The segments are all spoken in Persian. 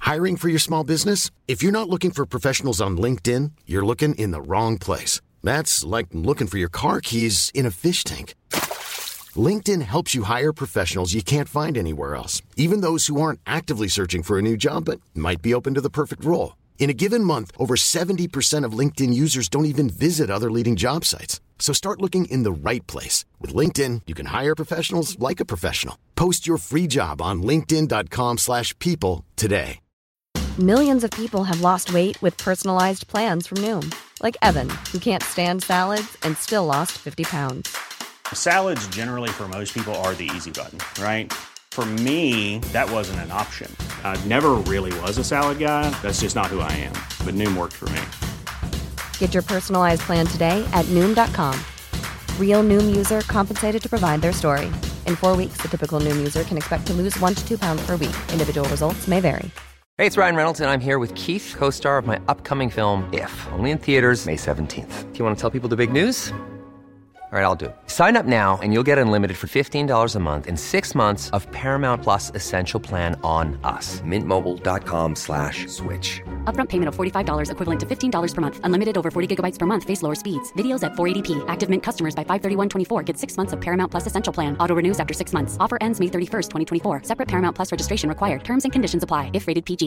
Hiring for your small business? If you're not looking for professionals on LinkedIn, you're looking in the wrong place. That's like looking for your car keys in a fish tank. LinkedIn helps you hire professionals you can't find anywhere else, even those who aren't actively searching for a new job but might be open to the perfect role. In a given month, over 70% of LinkedIn users don't even visit other leading job sites. So start looking in the right place. With LinkedIn, you can hire professionals like a professional. Post your free job on linkedin.com/people today. Millions of people have lost weight with personalized plans from Noom. Like Evan, who can't stand salads and still lost 50 pounds. Salads generally for most people are the easy button, right? For me, that wasn't an option. I never really was a salad guy. That's just not who I am. But Noom worked for me. Get your personalized plan today at Noom.com. Real Noom user compensated to provide their story. In 4 weeks, the typical Noom user can expect to lose 1 to 2 pounds per week. Individual results may vary. Hey, it's Ryan Reynolds, and I'm here with Keith, co-star of my upcoming film, If, only in theaters May 17th. Do you want to tell people the big news? All right, I'll do it. Sign up now and you'll get unlimited for $15 a month and 6 months of Paramount Plus Essential Plan on us. MintMobile.com/switch. Upfront payment of $45 equivalent to $15 per month. Unlimited over 40 gigabytes per month. Face lower speeds. Videos at 480p. Active Mint customers by 531.24 get 6 months of Paramount Plus Essential Plan. Auto renews after 6 months. Offer ends May 31st, 2024. Separate Paramount Plus registration required. Terms and conditions apply if rated PG.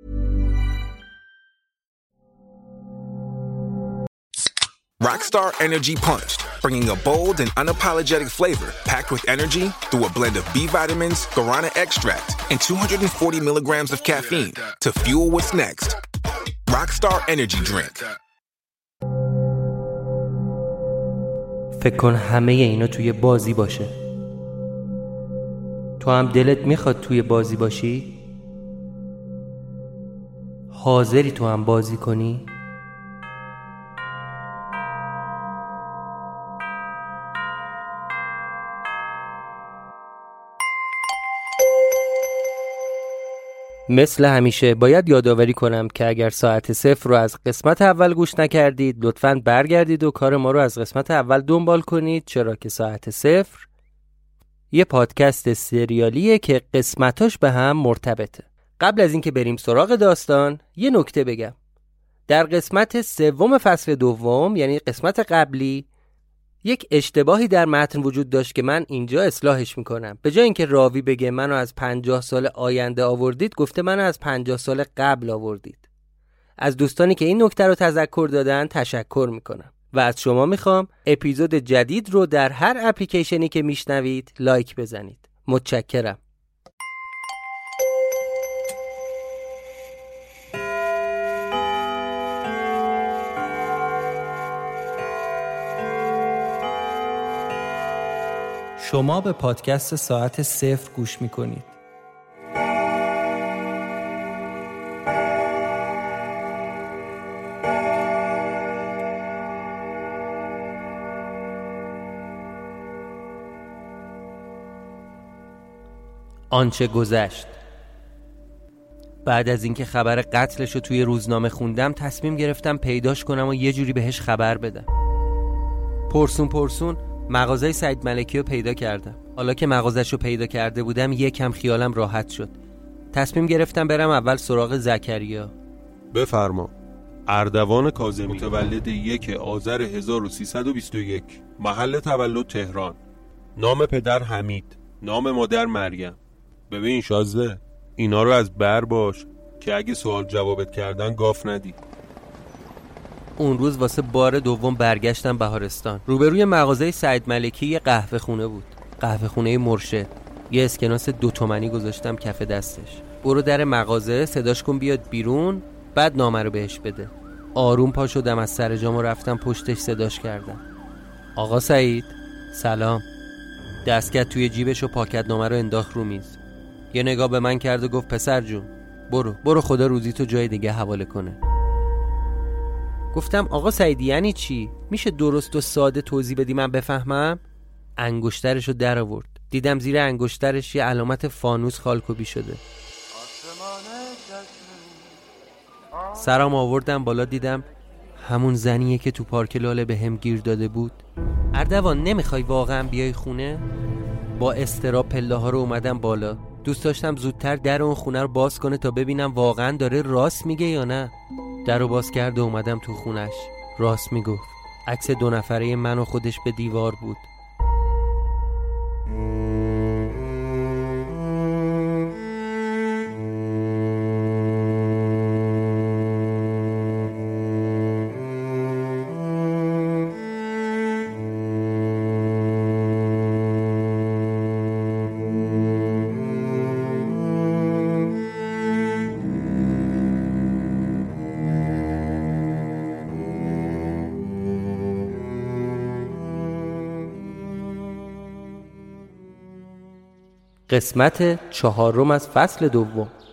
Rockstar Energy Punched, bringing a bold and unapologetic flavor packed with energy through a blend of B vitamins, guarana extract, and 240 milligrams of caffeine to fuel what's next. Rockstar Energy Drink. فکر کن همه اینا توی بازی باشه. تو هم دلت میخواد توی بازی باشی؟ حاضری تو هم بازی کنی؟ مثل همیشه باید یادآوری کنم که اگر ساعت 0 رو از قسمت اول گوش نکردید لطفاً برگردید و کار ما رو از قسمت اول دنبال کنید، چرا که ساعت 0 یه پادکست سریالیه که قسمتاش به هم مرتبطه. قبل از اینکه بریم سراغ داستان یه نکته بگم. در قسمت 3 فصل 2 یعنی قسمت قبلی یک اشتباهی در متن وجود داشت که من اینجا اصلاحش میکنم. به جای اینکه راوی بگه منو از 50 سال آینده آوردید، گفته منو از 50 سال قبل آوردید. از دوستانی که این نکته رو تذکر دادن تشکر میکنم و از شما میخوام اپیزود جدید رو در هر اپلیکیشنی که میشنوید لایک بزنید. متشکرم. شما به پادکست ساعت 0 گوش میکنید. آنچه گذشت. بعد از اینکه خبر قتلش رو توی روزنامه خوندم تصمیم گرفتم پیداش کنم و یه جوری بهش خبر بدم. پرسون مغازه سعید ملکی رو پیدا کردم. حالا که مغازه‌شو پیدا کرده بودم یکم خیالم راحت شد. تصمیم گرفتم برم اول سراغ زکریا. بفرما. اردوان کاظمی، متولد 1 آذر 1321، محل تولد تهران، نام پدر حمید، نام مادر مریم. ببین شازده، اینا رو از بر باش که اگه سوال جوابت کردن گاف ندی. اون روز واسه بار دوم برگشتم بهارستان. روبروی مغازه سعید ملکی یه قهوه خونه بود. قهوه خونه مرشد. یه اسکناس 2 تومانی گذاشتم کف دستش. برو در مغازه صداش کن بیاد بیرون، بعد نامه رو بهش بده. آروم پا شدم از سر جام و رفتم پشتش صداش کردم. آقا سعید، سلام. دستکت توی جیبش و پاکت نامه رو انداخت رو میز. یه نگاه به من کرد و گفت پسر جون برو خدا روزیتو جای دیگه حواله کنه. گفتم آقا سعید یعنی چی؟ میشه درست و ساده توضیح بدی من بفهمم؟ انگشترشو در آورد. دیدم زیر انگشترش یه علامت فانوس خالکوبی شده. سرام آوردم بالا، دیدم همون زنیه که تو پارک لاله به هم گیر داده بود. اردوان نمیخوای واقعا بیای خونه؟ با اضطراب پله ها رو اومدم بالا. دوست داشتم زودتر در اون خونه رو باز کنه تا ببینم واقعا داره راست میگه یا نه. در رو باز کرد و اومدم تو خونش. راست میگفت. عکس 2 نفره من و خودش به دیوار بود. قسمت 4 از فصل 2.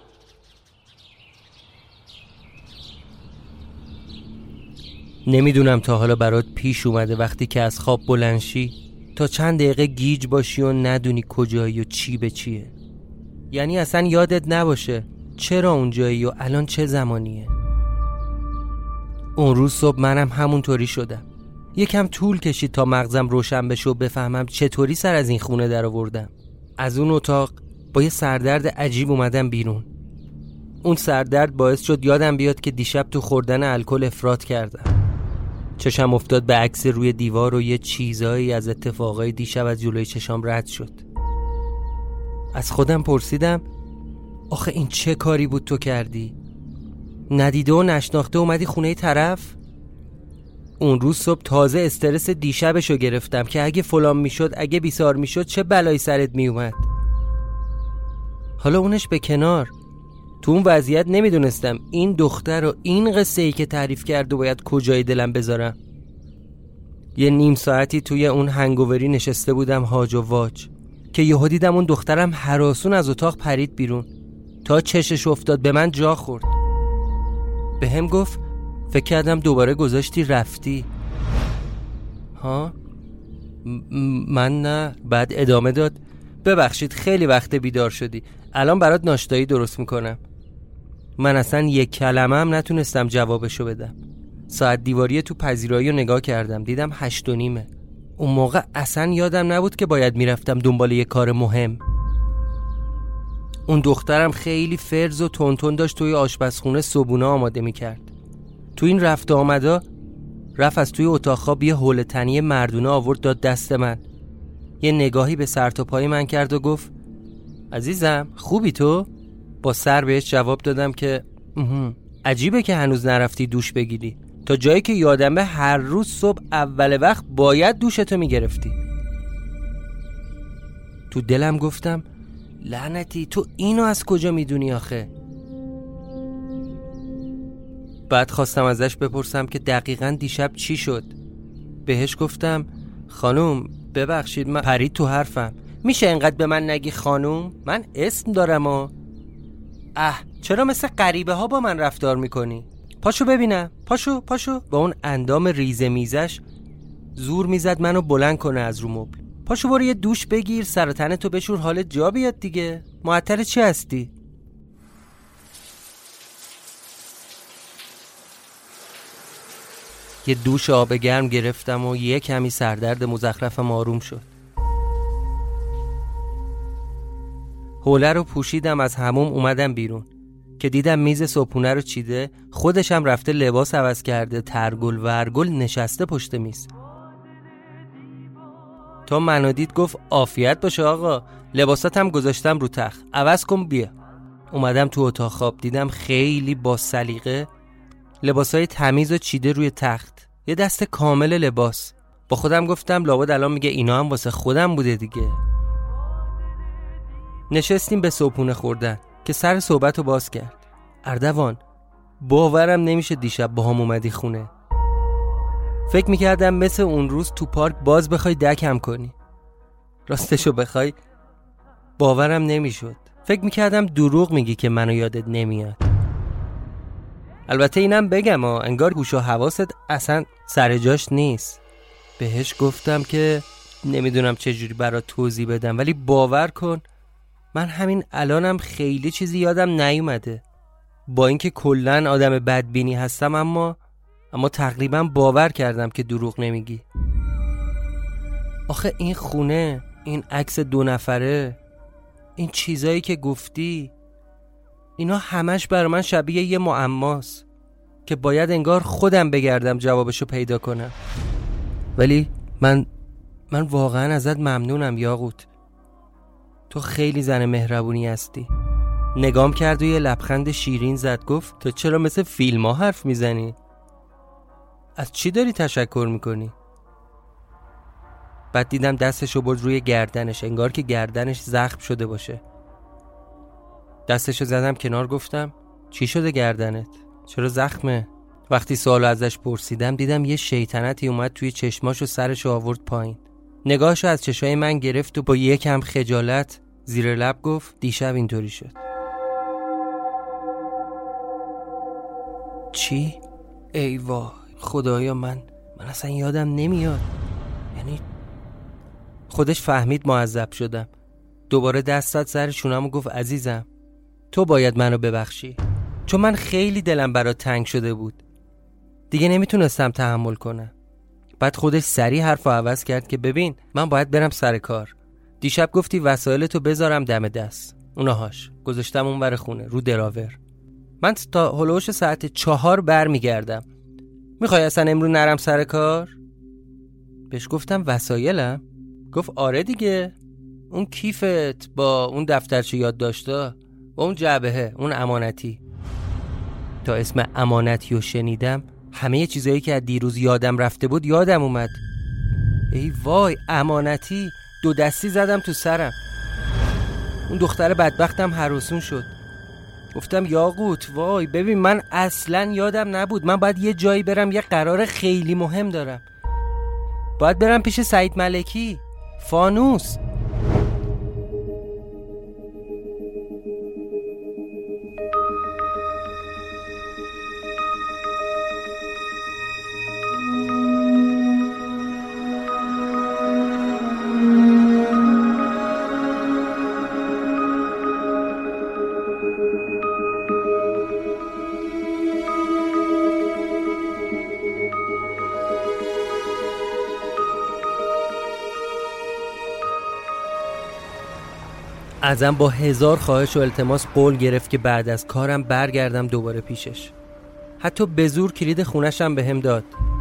نمیدونم تا حالا برات پیش اومده وقتی که از خواب بلند شی تا چند دقیقه گیج باشی و ندونی کجایی و چی به چیه. یعنی اصلا یادت نباشه چرا اونجایی و الان چه زمانیه. اون روز صبح منم همونطوری شدم. یکم طول کشید تا مغزم روشن بشه و بفهمم چطوری سر از این خونه در آوردم. از اون اتاق با یه سردرد عجیب اومدم بیرون. اون سردرد باعث شد یادم بیاد که دیشب تو خوردن الکل افراط کردم. چشم افتاد به عکس روی دیوار و یه چیزایی از اتفاقای دیشب از جلوی چشام رد شد. از خودم پرسیدم آخه این چه کاری بود تو کردی؟ ندیده و نشناخته اومدی خونه طرف؟ اون روز صبح تازه استرس دیشبشو گرفتم که اگه فلان میشد، اگه بیسار میشد چه بلایی سرت میومد. حالا اونش به کنار، تو اون وضعیت نمیدونستم این دختر و این قصه ای که تعریف کرد و باید کجای دلم بذارم. یه نیم ساعتی توی اون هنگووری نشسته بودم هاج و واج که یهو دیدم اون دخترم هراسون از اتاق پرید بیرون. تا چشش افتاد به من جا خورد. به هم گفت فکر کردم دوباره گذاشتی رفتی. ها؟ من نه. بعد ادامه داد ببخشید خیلی وقت بیدار شدی، الان برات ناشتایی درست میکنم. من اصلا یک کلمه هم نتونستم جوابشو بدم. ساعت دیواری تو پذیرایی رو نگاه کردم، دیدم 8:30. اون موقع اصلا یادم نبود که باید میرفتم دنبال یه کار مهم. اون دخترم خیلی فرز و تونتون داشت توی آشپزخونه صبحونه آماده میکرد. تو این رفت آمدا رفت از توی اتاق خواب یه حوله تنی مردونه آورد داد دست من. یه نگاهی به سر تا پای من کرد و گفت عزیزم خوبی تو؟ با سر بهش جواب دادم که عجیبه که هنوز نرفتی دوش بگیری. تا جایی که یادمه هر روز صبح اول وقت باید دوشتو میگرفتی. تو دلم گفتم لعنتی تو اینو از کجا میدونی آخه؟ بعد خواستم ازش بپرسم که دقیقاً دیشب چی شد. بهش گفتم خانوم ببخشید من پرید تو حرفم، میشه اینقدر به من نگی خانوم؟ من اسم دارم چرا مثل غریبه ها با من رفتار میکنی؟ پاشو ببینم، پاشو. با اون اندام ریزه میزش زور میزد منو بلند کنه از رو مبل. پاشو برو یه دوش بگیر، سر و تنتو بشور، حالت جا بیاد دیگه. معطل چی هستی؟ یه دوش آب گرم گرفتم و یه کمی سردرد مزخرفم آروم شد. حوله رو پوشیدم، از حموم اومدم بیرون که دیدم میز صبحونه رو چیده، خودشم رفته لباس عوض کرده، ترگل ورگل نشسته پشت میز. تا منو دید گفت عافیت باشه آقا، لباساتم گذاشتم رو تخت، عوض کن بیا. اومدم تو اتاق خواب، دیدم خیلی با سلیقه لباسای تمیز و چیده روی تخت، یه دست کامل لباس. با خودم گفتم لابد الان میگه اینا هم واسه خودم بوده دیگه. نشستیم به صبحونه خوردن که سر صحبت رو باز کرد. اردوان باورم نمیشه دیشب با هم اومدی خونه. فکر میکردم مثل اون روز تو پارک باز بخوای دکم کنی. راستشو بخوای باورم نمیشد. فکر میکردم دروغ میگی که منو یادت نمیاد. البته اینم بگم انگار گوش و حواست اصلا سر جاش نیست. بهش گفتم که نمیدونم چجوری برات توضیح بدم، ولی باور کن من همین الانم خیلی چیزی یادم نیومده. با اینکه کلن آدم بدبینی هستم اما تقریبا باور کردم که دروغ نمیگی. آخه این خونه، این عکس 2 نفره، این چیزایی که گفتی اینا همش برای من شبیه یه معماست که باید انگار خودم بگردم جوابشو پیدا کنم. ولی من واقعا ازت ممنونم یاقوت. تو خیلی زن مهربونی هستی. نگام کرد و یه لبخند شیرین زد. گفت تو چرا مثل فیلم ها حرف میزنی؟ از چی داری تشکر میکنی؟ بعد دیدم دستشو برد روی گردنش، انگار که گردنش زخم شده باشه. دستشو زدم کنار. گفتم چی شده گردنت؟ چرا زخمه؟ وقتی سوالو ازش پرسیدم دیدم یه شیطنتی اومد توی چشماش و سرشو آورد پایین. نگاهشو از چشای من گرفت و با یکم خجالت زیر لب گفت دیشب اینطوری شد. چی؟ ای وای خدایا، من اصلا یادم نمیاد. یعنی خودش فهمید معذب شدم. دوباره دست زد سر شونم و گفت عزیزم تو باید منو ببخشی، چون من خیلی دلم برات تنگ شده بود، دیگه نمیتونستم تحمل کنم. بعد خودش سریع حرفو عوض کرد که ببین من باید برم سر کار. دیشب گفتی وسایلتو بذارم دم دست، اونهاش گذاشتم اونور خونه رو دراور. من تا هلوش ساعت 4 برمیگردم. میخوای اصلا امرو نرم سر کار؟ بهش گفتم وسایلم؟ گفت آره دیگه، اون کیفت با اون دفترچه یادداشتا با اون جعبه، اون امانتی. تا اسم امانتی رو شنیدم همه چیزایی که از دیروز یادم رفته بود یادم اومد. ای وای امانتی، 2 دستی زدم تو سرم. اون دختر بدبختم هراسون شد. گفتم یاقوت وای ببین من اصلا یادم نبود، من باید یه جایی برم، یه قرار خیلی مهم دارم، باید برم پیش سعید ملکی. فانوس. ازم با 1000 خواهش و التماس قول گرفت که بعد از کارم برگردم دوباره پیشش. حتی به زور کلید خونشم بهم داد.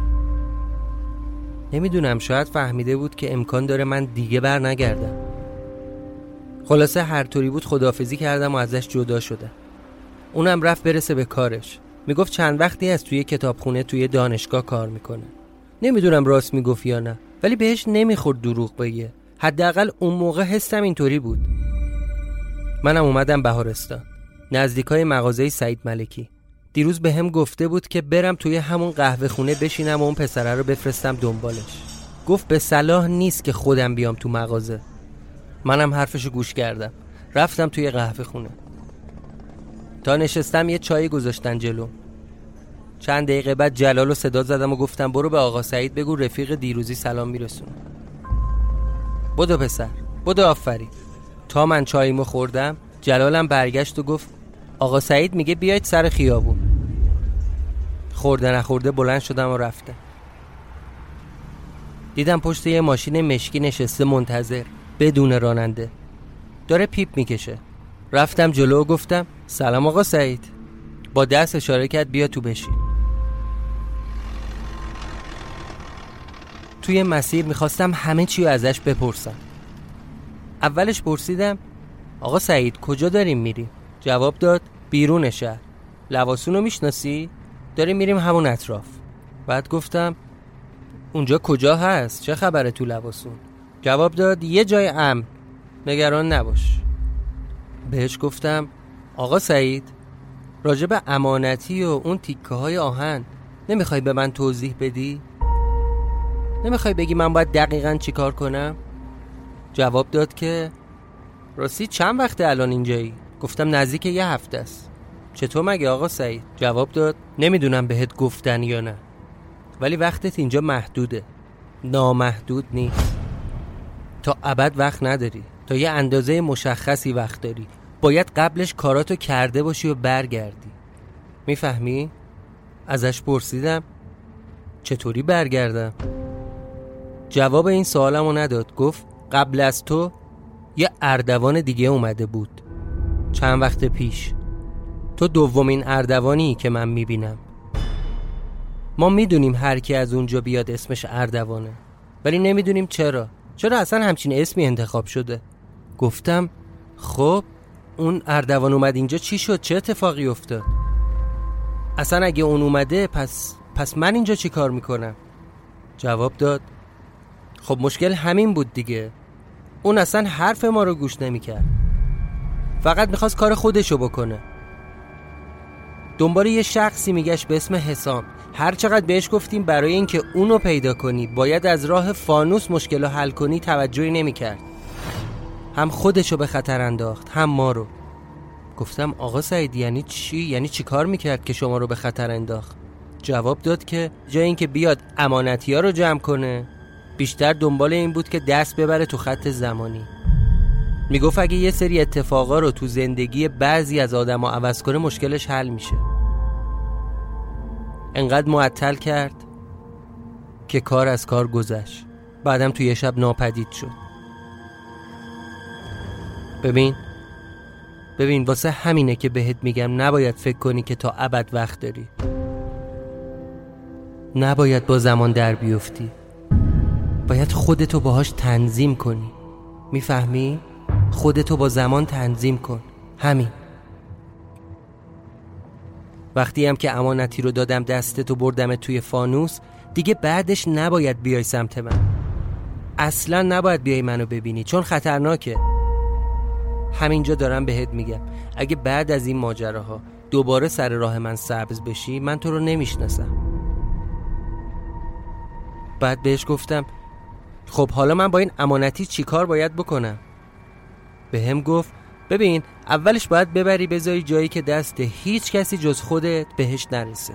نمیدونم، شاید فهمیده بود که امکان داره من دیگه بر نگردم. خلاصه هر طوری بود خداحافظی کردم و ازش جدا شدم. اونم رفت برسه به کارش. میگفت چند وقتی از توی کتابخونه توی دانشگاه کار میکنه. نمیدونم راست میگفت یا نه، ولی بهش نمیخورد دروغ بگه. حداقل اون موقع حسم اینطوری بود. منم اومدم بهارستان، نزدیکای مغازه سعید ملکی. دیروز به هم گفته بود که برم توی همون قهوه خونه بشینم و اون پسره رو بفرستم دنبالش. گفت به صلاح نیست که خودم بیام تو مغازه. منم حرفشو گوش کردم. رفتم توی قهوه خونه. تا نشستم یه چای گذاشتن جلو. چند دقیقه بعد جلالو صدا زدم و گفتم برو به آقا سعید بگو رفیق دیروزی سلام میرسونه. بدو پسر، بدو آفرین. تا من چاییمو خوردم جلالم برگشت و گفت آقا سعید میگه بیاید سر خیابون. خورده نخورده بلند شدم و رفتم. دیدم پشت یه ماشین مشکی نشسته منتظر بدون راننده، داره پیپ میکشه. رفتم جلو و گفتم سلام آقا سعید. با دست اشاره کرد بیا تو بشین. توی مسیر میخواستم همه چی رو ازش بپرسم. اولش پرسیدم آقا سعید کجا داریم میریم؟ جواب داد بیرون شهر. لواسون رو میشناسی؟ داریم میریم همون اطراف. بعد گفتم اونجا کجا هست؟ چه خبره تو لواسون؟ جواب داد یه جای امن، نگران نباش. بهش گفتم آقا سعید راجب امانتی و اون تیکه های آهن نمیخوای به من توضیح بدی؟ نمیخوای بگی من باید دقیقاً چی کار کنم؟ جواب داد که راستی چند وقته الان اینجایی؟ گفتم نزدیک 1 هفته است. چطور مگه آقا سعید؟ جواب داد نمیدونم بهت گفتن یا نه، ولی وقتت اینجا محدوده، نامحدود نیست. تا ابد وقت نداری، تا یه اندازه مشخصی وقت داری. باید قبلش کاراتو کرده باشی و برگردی. میفهمی؟ ازش پرسیدم چطوری برگردم؟ جواب این سوالمو نداد. گفت قبل از تو یه اردوان دیگه اومده بود چند وقت پیش. تو دومین اردوانی که من میبینم. ما میدونیم هر کی از اونجا بیاد اسمش اردوانه، ولی نمیدونیم چرا اصلا همچین اسمی انتخاب شده. گفتم خب اون اردوان اومد اینجا چی شد؟ چه اتفاقی افتاد؟ اصلا اگه اون اومده پس من اینجا چی کار میکنم؟ جواب داد خب مشکل همین بود دیگه. اون اصلا حرف ما رو گوش نمیکرد، فقط میخواست کار خودشو بکنه. دنبال یه شخصی میگشت به اسم حسام. هر چقدر بهش گفتیم برای اینکه اونو پیدا کنی باید از راه فانوس مشکلو حل کنی توجهی نمیکرد. هم خودشو به خطر انداخت هم ما رو. گفتم آقا سعید یعنی چی؟ یعنی چی کار میکرد که شما رو به خطر انداخت؟ جواب داد که جای اینکه بیاد امانتی‌ها رو جمع کنه بیشتر دنبال این بود که دست ببره تو خط زمانی. میگفت اگه یه سری اتفاقا رو تو زندگی بعضی از آدم‌ها عوض کنه مشکلش حل میشه. انقدر معطل کرد که کار از کار گذشت. بعدم تو یه شب ناپدید شد. ببین واسه همینه که بهت میگم نباید فکر کنی که تا ابد وقت داری. نباید با زمان در بیفتی. باید خودتو باهاش تنظیم کنی. میفهمی؟ خودتو با زمان تنظیم کن. همین. وقتی هم که امانتی رو دادم دستتو بردم توی فانوس دیگه بعدش نباید بیای سمت من. اصلا نباید بیای منو ببینی چون خطرناکه. همینجا دارم بهت میگم اگه بعد از این ماجراها دوباره سر راه من سبز بشی من تو رو نمیشناسم. بعد بهش گفتم خب حالا من با این امانتی چی کار باید بکنم؟ به هم گفت ببین اولش باید ببری بذاری جایی که دست هیچ کسی جز خودت بهش نرسه.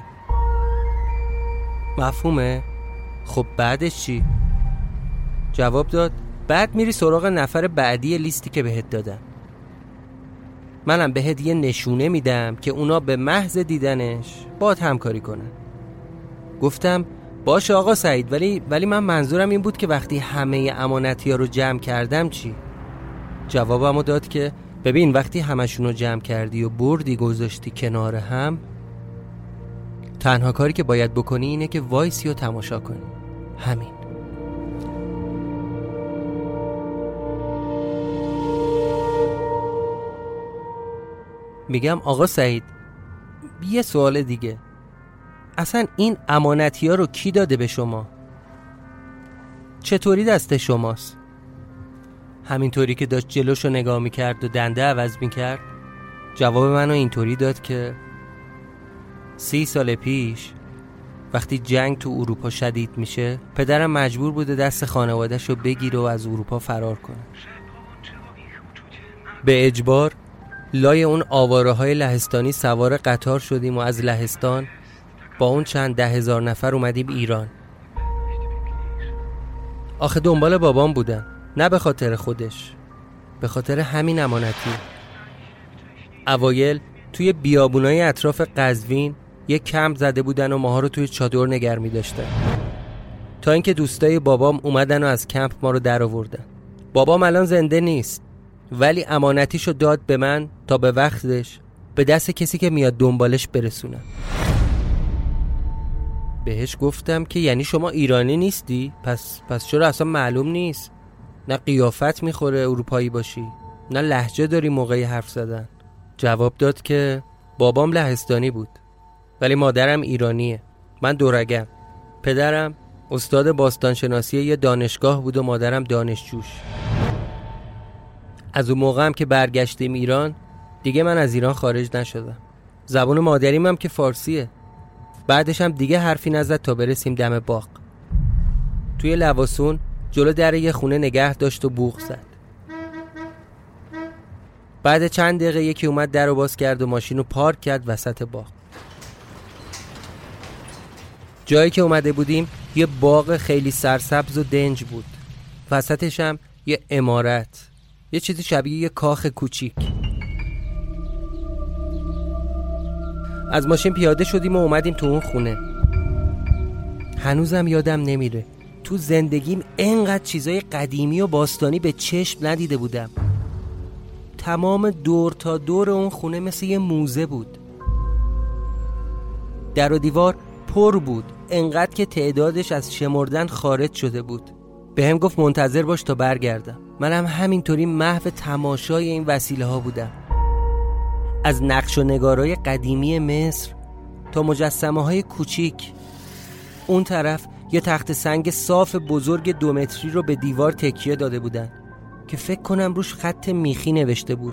مفهومه؟ خب بعدش چی؟ جواب داد بعد میری سراغ نفر بعدی لیستی که بهت دادم. منم بهت یه نشونه میدم که اونا به محض دیدنش باهات همکاری کنن. گفتم باشه آقا سعید ولی من منظورم این بود که وقتی همه امانتی‌ها رو جمع کردم چی؟ جوابمو داد که ببین وقتی همشون رو جمع کردی و بردی گذاشتی کنار هم تنها کاری که باید بکنی اینه که وایسی و تماشا کنی. همین. میگم آقا سعید یه سوال دیگه، اصلا این امانتی‌ها رو کی داده به شما؟ چطوری دست شماست؟ همینطوری که داشت جلوشو نگاه میکرد و دنده عوض میکرد جواب منو اینطوری داد که 30 سال پیش وقتی جنگ تو اروپا شدید میشه پدرم مجبور بوده دست خانواده‌شو بگیره و از اروپا فرار کنه. به اجبار لای اون آواره‌های لهستانی سوار قطار شدیم و از لهستان با اون چند 10,000 نفر اومدیم ایران. آخه دنبال بابام بودم، نه به خاطر خودش، به خاطر همین امانتی. اوایل توی بیابونای اطراف قزوین یک کمپ زده بودن و ماها رو توی چادر نگر می داشتن تا اینکه دوستای بابام اومدن و از کمپ ما رو در آوردن. بابام الان زنده نیست ولی امانتیشو داد به من تا به وقتش به دست کسی که میاد دنبالش برسونم. بهش گفتم که یعنی شما ایرانی نیستی؟ پس چرا اصلا معلوم نیست؟ نه قیافت میخوره اروپایی باشی نه لهجه داری موقعی حرف زدن. جواب داد که بابام لهستانی بود ولی مادرم ایرانیه. من دورگم. پدرم استاد باستانشناسی یه دانشگاه بود و مادرم دانشجوش. از اون موقع هم که برگشتیم ایران دیگه من از ایران خارج نشدم. زبان مادریم هم که فارسیه. بعدش هم دیگه حرفی نزد تا برسیم دم باغ. توی لواسون جلو در یه خونه نگه داشت و بوق زد. بعد چند دقیقه یکی اومد در رو باز کرد و ماشینو پارک کرد وسط باغ. جایی که اومده بودیم یه باغ خیلی سرسبز و دنج بود. وسطش هم یه عمارت، یه چیزی شبیه یه کاخ کوچیک. از ماشین پیاده شدیم و اومدیم تو اون خونه. هنوزم یادم نمیره تو زندگیم اینقدر چیزای قدیمی و باستانی به چشم ندیده بودم. تمام دور تا دور اون خونه مثل یه موزه بود. در و دیوار پر بود، انقدر که تعدادش از شمردن خارج شده بود. بهم گفت منتظر باش تا برگردم. منم همینطوری محو تماشای این وسیله ها بودم. از نقش و نگارای قدیمی مصر تا مجسمه های کوچیک. اون طرف یه تخت سنگ صاف بزرگ 2 متری رو به دیوار تکیه داده بودن که فکر کنم روش خط میخی نوشته بود.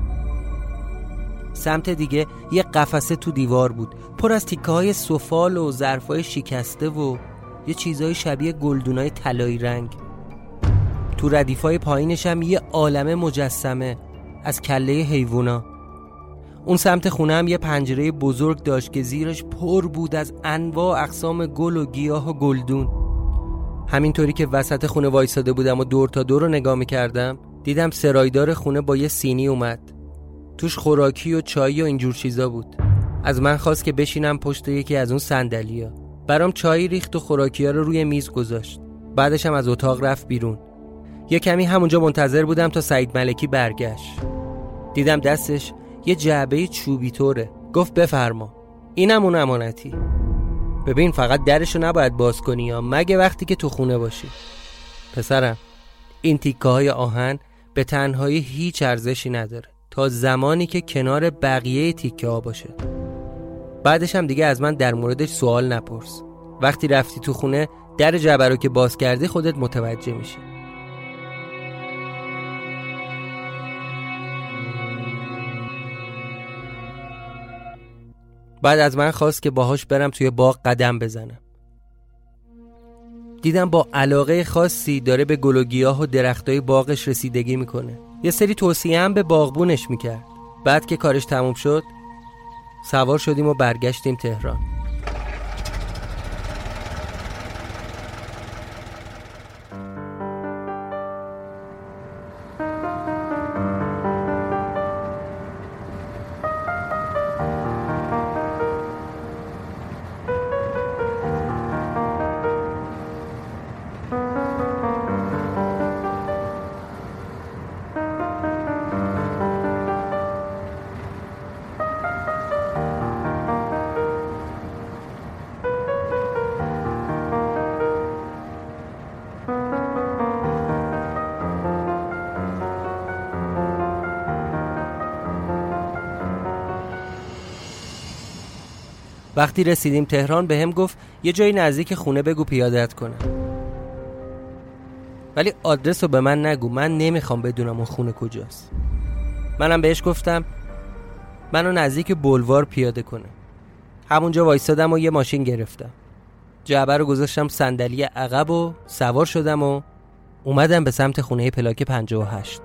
سمت دیگه یه قفسه تو دیوار بود پر از تیکه های سفال و ظرفای شکسته و یه چیزای شبیه گلدونای طلایی رنگ. تو ردیفای پایینش هم یه عالمه مجسمه از کله حیوونا. اون سمت خونه هم یه پنجره بزرگ داشت که زیرش پر بود از انواع اقسام گل و گیاه و گلدون. همینطوری که وسط خونه وایساده بودم و دور تا دور رو نگاه می‌کردم، دیدم سرایدار خونه با یه سینی اومد. توش خوراکی و چایی و اینجور چیزا بود. از من خواست که بشینم پشت یکی از اون صندلی‌ها. برام چای ریخت و خوراکی‌ها رو روی میز گذاشت. بعدش هم از اتاق رفت بیرون. یه کمی همونجا منتظر بودم تا سعید ملکی برگشت. دیدم دستش یه جعبه چوبی طوره. گفت بفرما. اینم اون امانتی. ببین فقط درشو نباید باز کنی یا مگه وقتی که تو خونه باشی. پسرم این تیکه های آهن به تنهایی هیچ ارزشی نداره تا زمانی که کنار بقیه تیکه ها باشه. بعدش هم دیگه از من در موردش سوال نپرس. وقتی رفتی تو خونه در جعبه رو که باز کردی خودت متوجه میشی. بعد از من خواست که باهاش برم توی باغ قدم بزنم. دیدم با علاقه خاصی داره به گل و گیاه و درختای باغش رسیدگی میکنه. یه سری توصیه هم به باغبونش میکرد. بعد که کارش تموم شد سوار شدیم و برگشتیم تهران. وقتی رسیدیم تهران بهم گفت یه جایی نزدیک خونه بگو پیاده‌ات کنم. ولی آدرس رو به من نگو، من نمیخوام بدونم اون خونه کجاست. منم بهش گفتم منو نزدیک بولوار پیاده کنه. همونجا وایسادم و یه ماشین گرفتم. جعبه رو گذاشتم صندلی عقب و سوار شدم و اومدم به سمت خونه پلاک 58.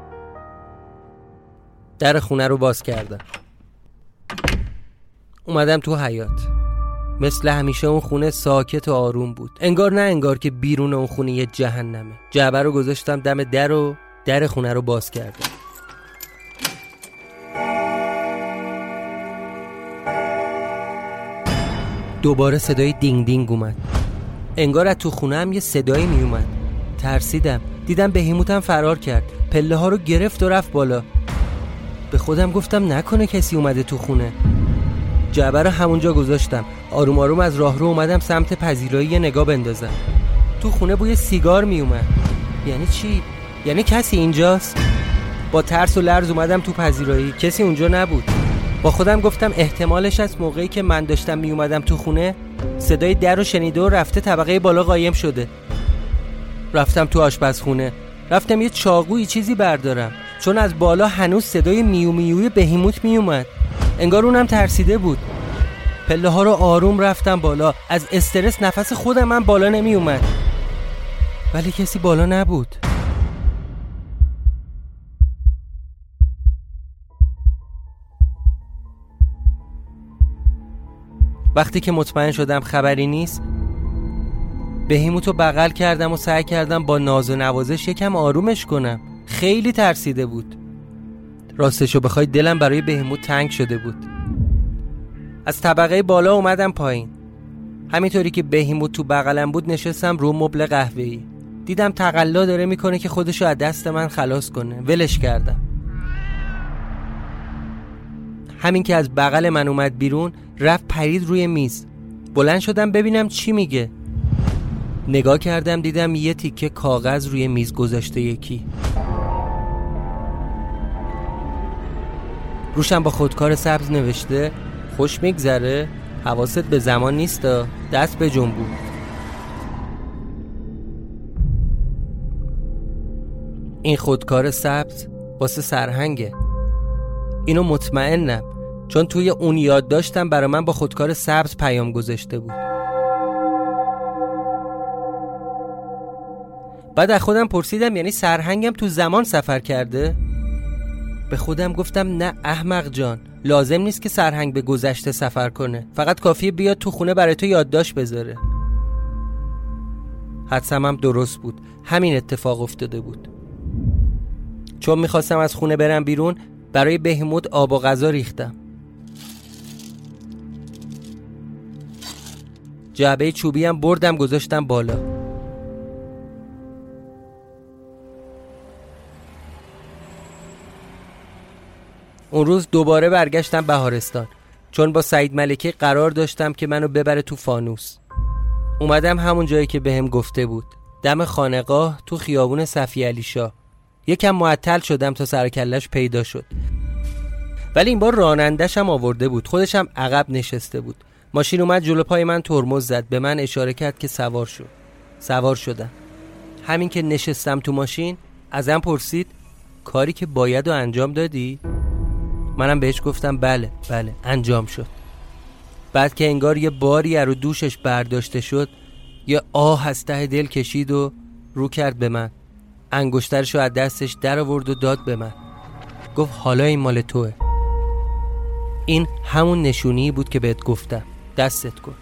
در خونه رو باز کردم. اومدم تو حیاط. مثل همیشه اون خونه ساکت و آروم بود. انگار نه انگار که بیرون اون خونه یه جهنمه. جعبه رو گذاشتم دم در و در خونه رو باز کردم. دوباره صدای دینگ دینگ اومد. انگار از تو خونه هم یه صدایی می اومد. ترسیدم. دیدم بهیموتم فرار کرد. پله ها رو گرفت و رفت بالا. به خودم گفتم نکنه کسی اومده تو خونه. جعبه رو همونجا گذاشتم. آروم آروم از راهرو اومدم سمت پذیرایی نگاه بندازم. تو خونه بوی سیگار می اومد. یعنی چی؟ یعنی کسی اینجاست؟ با ترس و لرز اومدم تو پذیرایی. کسی اونجا نبود. با خودم گفتم احتمالش از موقعی که من داشتم می اومدم تو خونه صدای در رو شنیده و رفته طبقه بالا قایم شده. رفتم تو آشپزخونه. رفتم یه چاقویی چیزی بردارم چون از بالا هنوز صدای میو میوی بهیموت می اومد. انگار اونم ترسیده بود. پله ها رو آروم رفتم بالا. از استرس نفس خودم من بالا نمی اومد. ولی کسی بالا نبود. وقتی که مطمئن شدم خبری نیست بهیموتو بغل کردم و سعی کردم با ناز و نوازش یکم آرومش کنم. خیلی ترسیده بود. راستشو بخوای دلم برای بهیموت تنگ شده بود. از طبقه بالا اومدم پایین. همینطوری که بهیموت تو بغلم بود نشستم رو مبل قهوه‌ای. دیدم تقلا داره میکنه که خودشو از دست من خلاص کنه. ولش کردم. همین که از بغل من اومد بیرون رفت پرید روی میز. بلند شدم ببینم چی میگه. نگاه کردم دیدم یه تیکه کاغذ روی میز گذاشته یکی. روشم با خودکار سبز نوشته خوش میگذره، حواست به زمان نیستا، دست به جنبو. این خودکار سبز واسه سرهنگه. اینو مطمئنم چون توی اون یاد داشتم برای من با خودکار سبز پیام گذاشته بود. بعد از خودم پرسیدم یعنی سرهنگم تو زمان سفر کرده؟ به خودم گفتم نه احمق جان، لازم نیست که سرهنگ به گذشته سفر کنه، فقط کافیه بیاد تو خونه برای تو یادداشت بذاره. حدسم هم درست بود، همین اتفاق افتاده بود. چون میخواستم از خونه برم بیرون برای بهمود آب و غذا ریختم. جعبه چوبی هم بردم گذاشتم بالا. اون روز دوباره برگشتم بهارستان چون با سعید ملکی قرار داشتم که منو ببره تو فانوس. اومدم همون جایی که بهم گفته بود، دم خانقاه تو خیابون صفی علی شاه. یکم معطل شدم تا سر کله‌اش پیدا شد، ولی این بار رانندش هم آورده بود، خودش هم عقب نشسته بود. ماشین اومد جلو پای من ترمز زد، به من اشاره کرد که سوار شو. سوار شدم. همین که نشستم تو ماشین ازم پرسید کاری که باید رو انجام دادی؟ منم بهش گفتم بله انجام شد. بعد که انگار یه باری رو دوشش برداشته شد یه آه از ته دل کشید و رو کرد به من. انگشترشو از دستش در آورد و داد به من. گفت حالا این مال توه. این همون نشونی بود که بهت گفتم، دستت کن.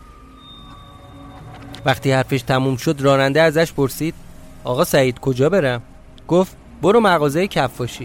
وقتی حرفش تموم شد راننده ازش پرسید آقا سعید کجا برم؟ گفت برو مغازه کفاشی.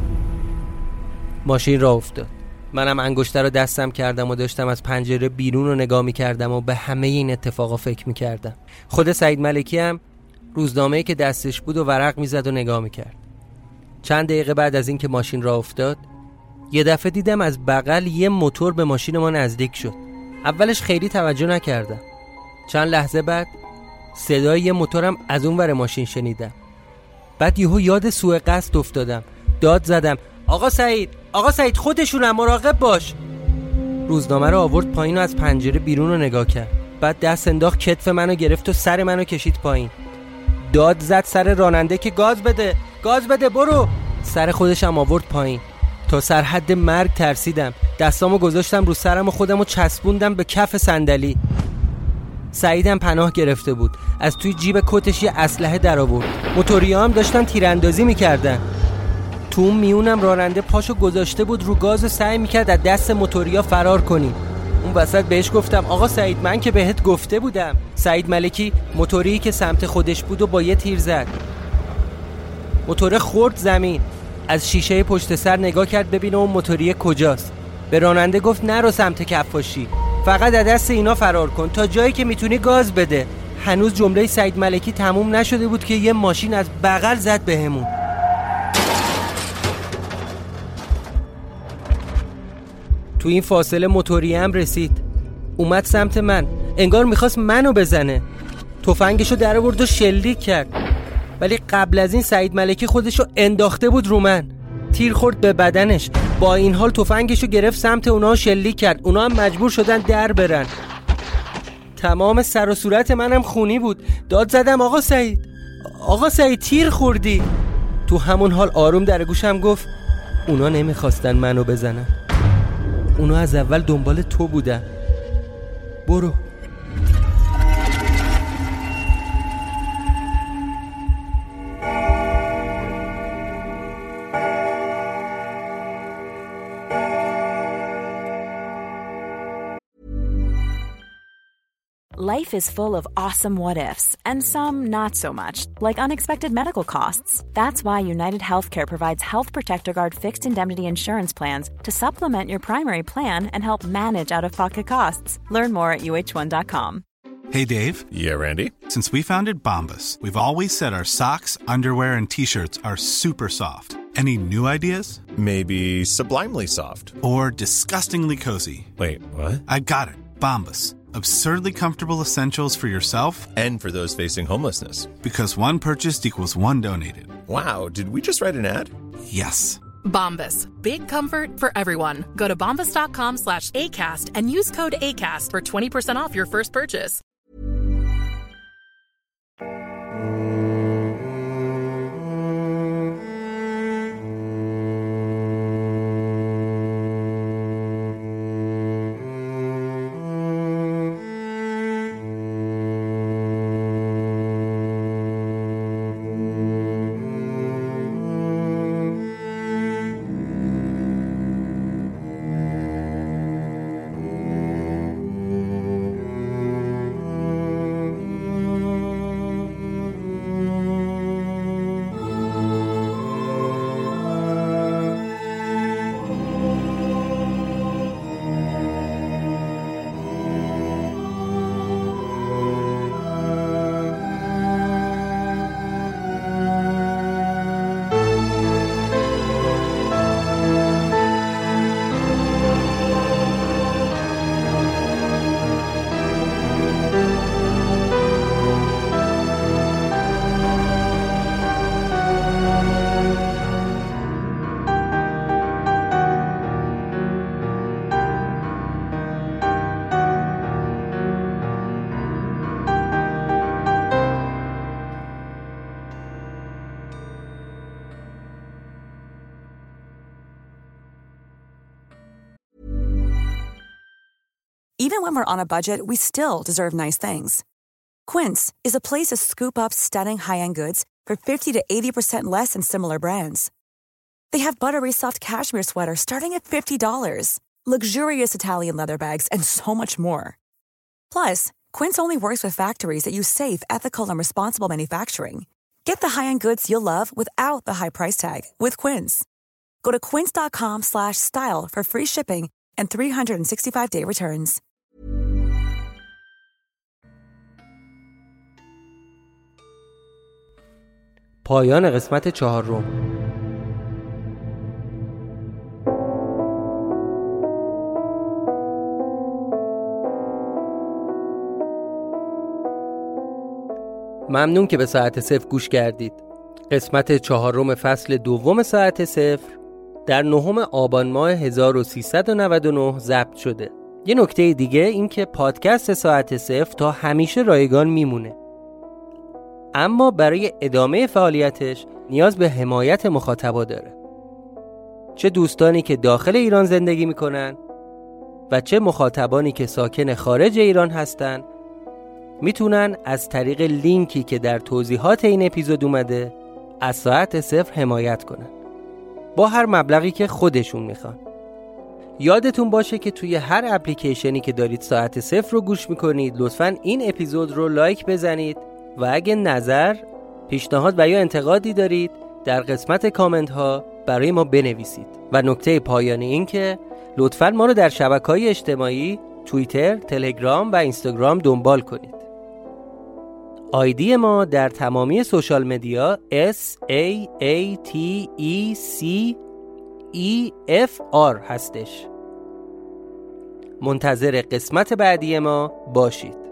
ماشین راه افتاد. منم انگشتر رو دستم کردم و داشتم از پنجره بیرون رو نگاه می‌کردم و به همه این اتفاقا فکر می‌کردم. خود سعید ملکی هم روزنامه‌ای که دستش بود و ورق می‌زد و نگاه می‌کرد. چند دقیقه بعد از این که ماشین راه افتاد یه دفعه دیدم از بغل یه موتور به ماشین ما نزدیک شد. اولش خیلی توجه نکردم. چند لحظه بعد صدای یه موتورم از اون ور ماشین شنیدم. بعد یهو یاد سوء قصد افتادم. داد زدم آقا سعید خودشونم، مراقب باش. روزنامه رو آورد پایین و از پنجره بیرون رو نگاه کرد. بعد دست انداخت کتف منو گرفت و سر منو کشید پایین. داد زد سر راننده که گاز بده برو. سر خودشم آورد پایین. تا سرحد مرگ ترسیدم. دستامو گذاشتم رو سرم و خودمو چسبوندم به کف صندلی. سعیدم پناه گرفته بود. از توی جیب کتش یه اسلحه در آورد. موتوریا هم داشتن تیراندازی میکردن. تو اون میونم راننده پاشو گذاشته بود رو گاز و سعی میکرد از دست موتوریا فرار کنیم. اون وسط بهش گفتم آقا سعید من که بهت گفته بودم. سعید ملکی موتوری که سمت خودش بود و با یه تیر زد. موتور خورد زمین. از شیشه پشت سر نگاه کرد ببینه اون موتوری کجاست. به راننده گفت نرو سمت کفاشی، فقط از دست اینا فرار کن، تا جایی که میتونی گاز بده. هنوز جمله سعید ملکی تموم نشده بود که یه ماشین از بغل زد بهمون. تو این فاصله موتوری هم رسید، اومد سمت من، انگار میخواست منو بزنه. تفنگشو در آورد و شلیک کرد، ولی قبل از این سعید ملکی خودشو انداخته بود رو من. تیر خورد به بدنش. با این حال تفنگشو گرفت سمت اونا شلیک کرد. اونا هم مجبور شدن در برن. تمام سر و صورت منم خونی بود. داد زدم آقا سعید تیر خوردی. تو همون حال آروم در گوشم گفت اونا نمیخواستن منو بزنن، اونا از اول دنبال تو بودن، برو. Life is full of awesome what-ifs, and some not so much, like unexpected medical costs. That's why United Healthcare provides Health Protector Guard fixed indemnity insurance plans to supplement your primary plan and help manage out-of-pocket costs. Learn more at uh1.com. Hey, Dave. Yeah, Randy. Since we founded Bombas, we've always said our socks, underwear, and T-shirts are super soft. Any new ideas? Maybe sublimely soft. Or disgustingly cozy. Wait, what? I got it. Bombas. Absurdly comfortable essentials for yourself and for those facing homelessness. Because one purchased equals one donated. Wow, did we just write an ad? Yes. Bombas. Big comfort for everyone. Go to bombas.com/ACAST and use code ACAST for 20% off your first purchase. Even when we're on a budget, we still deserve nice things. Quince is a place to scoop up stunning high-end goods for 50 to 80% less than similar brands. They have buttery soft cashmere sweaters starting at $50, luxurious Italian leather bags, and so much more. Plus, Quince only works with factories that use safe, ethical, and responsible manufacturing. Get the high-end goods you'll love without the high price tag with Quince. Go to quince.com/style for free shipping and 365-day returns. پایان قسمت 4. ممنون که به ساعت صفر گوش کردید. قسمت 4 فصل 2 ساعت صفر در 9 آبان ماه 1399 ضبط شده. یه نکته دیگه این که پادکست ساعت صفر تا همیشه رایگان میمونه. اما برای ادامه فعالیتش نیاز به حمایت مخاطبا داره. چه دوستانی که داخل ایران زندگی میکنن و چه مخاطبانی که ساکن خارج ایران هستن میتونن از طریق لینکی که در توضیحات این اپیزود اومده از ساعت صفر حمایت کنن با هر مبلغی که خودشون میخوان. یادتون باشه که توی هر اپلیکیشنی که دارید ساعت صفر رو گوش میکنید لطفاً این اپیزود رو لایک بزنید و اگه نظر، پیشنهاد و یا انتقادی دارید در قسمت کامنت ها برای ما بنویسید. و نکته پایانی این که لطفاً ما رو در شبکه‌های اجتماعی توییتر، تلگرام و اینستاگرام دنبال کنید. آیدی ما در تمامی سوشال مدیا SAATECEFR هستش. منتظر قسمت بعدی ما باشید.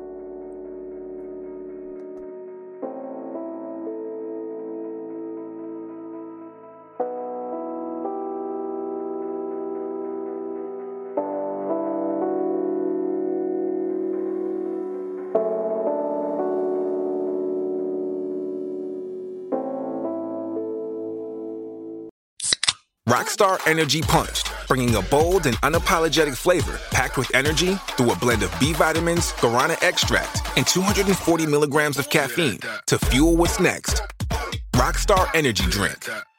Rockstar Energy Punched, bringing a bold and unapologetic flavor packed with energy through a blend of B vitamins, guarana extract, and 240 milligrams of caffeine to fuel what's next. Rockstar Energy Drink.